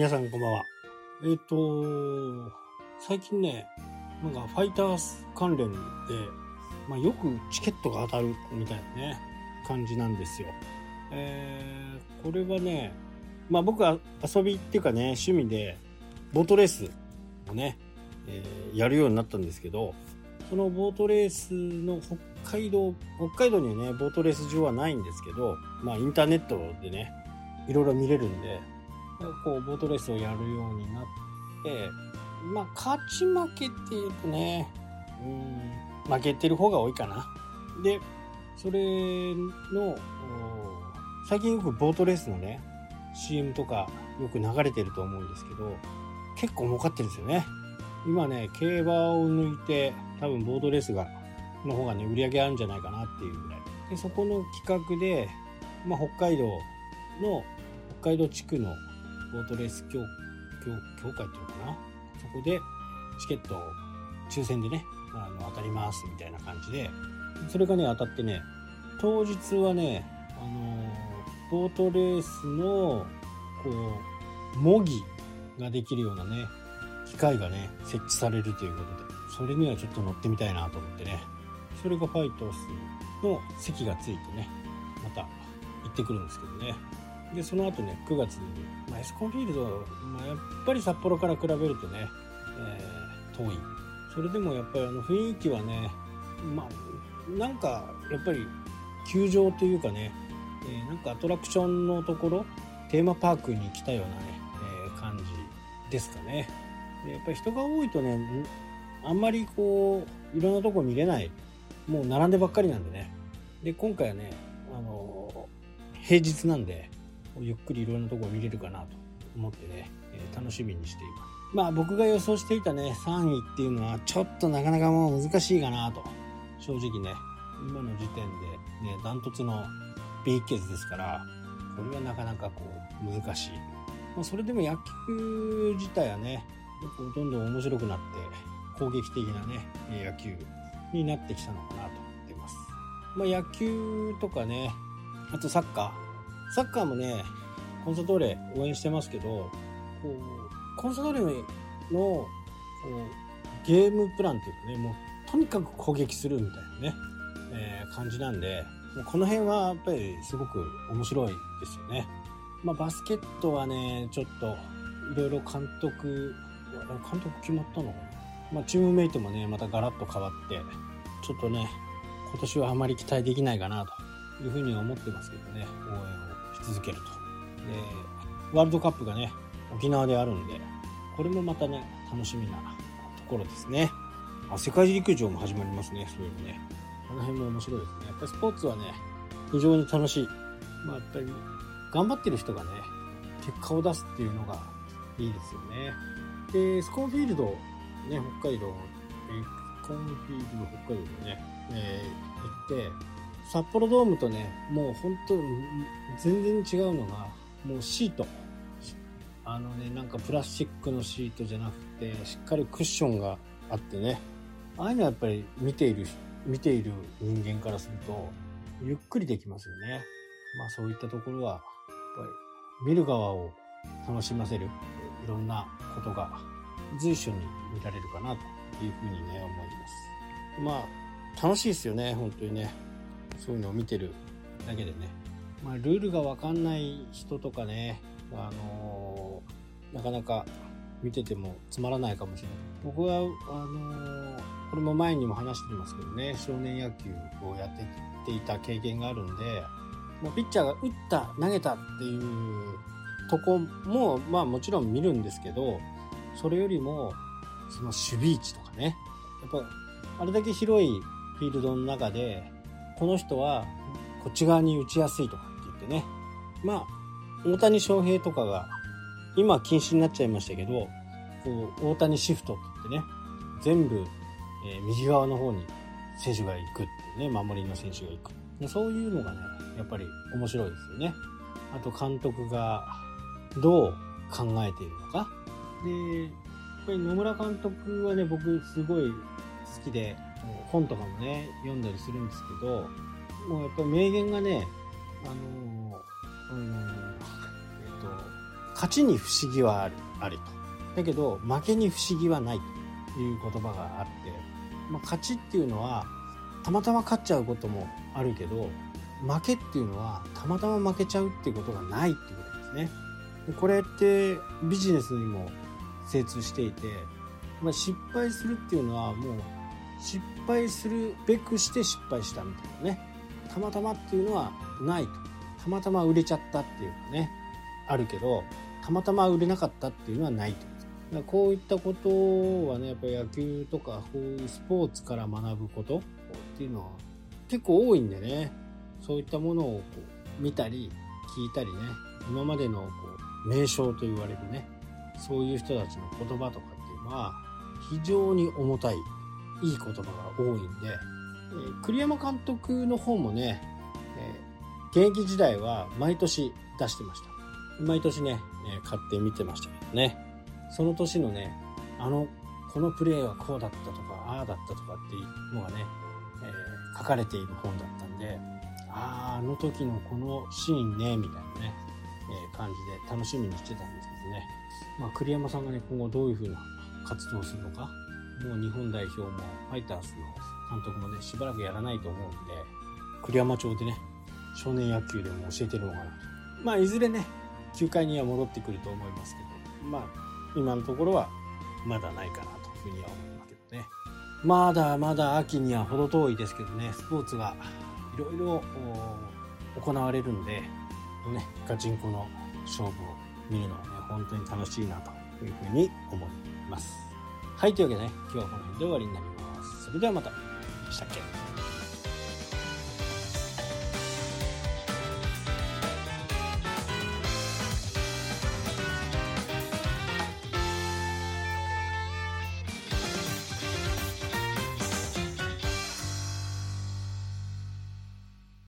皆さんこんばんは。最近ね、なんかファイターズ関連で、よくチケットが当たるみたいなね、感じなんですよ。これはね、僕は遊びっていうかね、趣味でボートレースをね、やるようになったんですけど、そのボートレースの北海道にはね、ボートレース場はないんですけど、インターネットでね、いろいろ見れるんで、こうボートレースをやるようになって、勝ち負けっていうとね、負けてる方が多いかな。で、それの最近よくボートレースのね CM とかよく流れてると思うんですけど、結構儲かってるんですよね。今ね、競馬を抜いて多分ボートレースの方がね売り上げあるんじゃないかなっていうぐらいで、そこの企画で、北海道地区のボートレース協会っていうのかな、そこでチケットを抽選でね当たりますみたいな感じで、それがね当たってね、当日はねボートレースのこう模擬ができるようなね機械がね設置されるということで、それにはちょっと乗ってみたいなと思ってね、それがファイトスの席がついてねまた行ってくるんですけどね。でその後ね9月に、エスコンフィールド、やっぱり札幌から比べるとね、遠い。それでもやっぱり雰囲気はね、なんかやっぱり球場というかね、なんかアトラクションのところ、テーマパークに来たようなね、感じですかね。でやっぱり人が多いとね、あんまりこういろんなとこ見れない、もう並んでばっかりなんでね。で今回はね平日なんでゆっくりいろんなところ見れるかなと思ってね、楽しみにしています。僕が予想していたね3位っていうのはちょっとなかなかもう難しいかなと、正直ね今の時点でねダントツの B ケースですから、これはなかなかこう難しい。それでも野球自体はねどんどん面白くなって攻撃的なね野球になってきたのかなと思っています。野球とかね、あとサッカーもねコンサドーレ応援してますけど、コンサドーレのゲームプランっていうかね、もうとにかく攻撃するみたいなね、感じなんで、もうこの辺はやっぱりすごく面白いですよね。バスケットはねちょっといろいろ監督決まったのかな、チームメイトもねまたガラッと変わって、ちょっとね今年はあまり期待できないかなというふうには思ってますけどね、応援をし続けると。でワールドカップがね沖縄であるんで、これもまたね楽しみなところですね。世界陸上も始まりますね。そういうのね、この辺も面白いですね。やっぱりスポーツはね非常に楽しい。やっぱり頑張ってる人がね結果を出すっていうのがいいですよね。でスコンフィールドね、北海道でね、行って札幌ドームとね、もう本当全然違うのがもうシート、なんかプラスチックのシートじゃなくてしっかりクッションがあってね、ああいうのはやっぱり見ている人間からするとゆっくりできますよね。そういったところはやっぱり見る側を楽しませるいろんなことが随所に見られるかなというふうにね思います。楽しいですよね、本当にね。そういうのを見てるだけでね、ルールが分かんない人とかね、なかなか見ててもつまらないかもしれない。僕はこれも前にも話してますけどね、少年野球をやっていた経験があるんで、ピッチャーが打った投げたっていうとこももちろん見るんですけど、それよりもその守備位置とかね、やっぱあれだけ広いフィールドの中でこの人はこっち側に打ちやすいとかって言ってね、大谷翔平とかが今禁止になっちゃいましたけど、大谷シフトって言ってね、全部、右側の方に選手が行くってね、守りの選手が行く。そういうのがねやっぱり面白いですよね。あと監督がどう考えているのかで、やっぱり野村監督はね僕すごい好きで、本とかもね読んだりするんですけど、もうやっぱり名言がね勝ちに不思議はあると。だけど負けに不思議はないという言葉があって、勝ちっていうのはたまたま勝っちゃうこともあるけど、負けっていうのはたまたま負けちゃうっていうことがないっていうことですね。でこれってビジネスにも精通していて、失敗するっていうのはもう失敗するべくして失敗したみたいなね。たまたまっていうのはないと。たまたま売れちゃったっていうのはねあるけど、たまたま売れなかったっていうのはないと。こういったことはね、やっぱり野球とかこういうスポーツから学ぶことっていうのは結構多いんでね、そういったものをこう見たり聞いたりね、今までのこう名将と言われるね、そういう人たちの言葉とかっていうのは非常に重たい、いい言葉が多いんで、栗山監督の本もね、現役時代は毎年出してました。毎年ね、買って見てましたけどね。その年のね、このプレーはこうだったとか、ああだったとかっていうのがね、書かれている本だったんで、あの時のこのシーンね、みたいなね、感じで楽しみにしてたんですけどね。栗山さんがね、今後どういう風な活動をするのか、もう日本代表もファイターズの監督もね、しばらくやらないと思うんで、栗山町でね、少年野球でも教えてるのかなと。いずれね、球界には戻ってくると思いますけど、今のところはまだないかなというふうには思いますけどね。まだまだ秋には程遠いですけどね、スポーツがいろいろ行われるんで、ガチンコの勝負を見るのはね、本当に楽しいなというふうに思います。はい、というわけでね、今日はこの辺で終わりになります。それではまた。でしたっけ。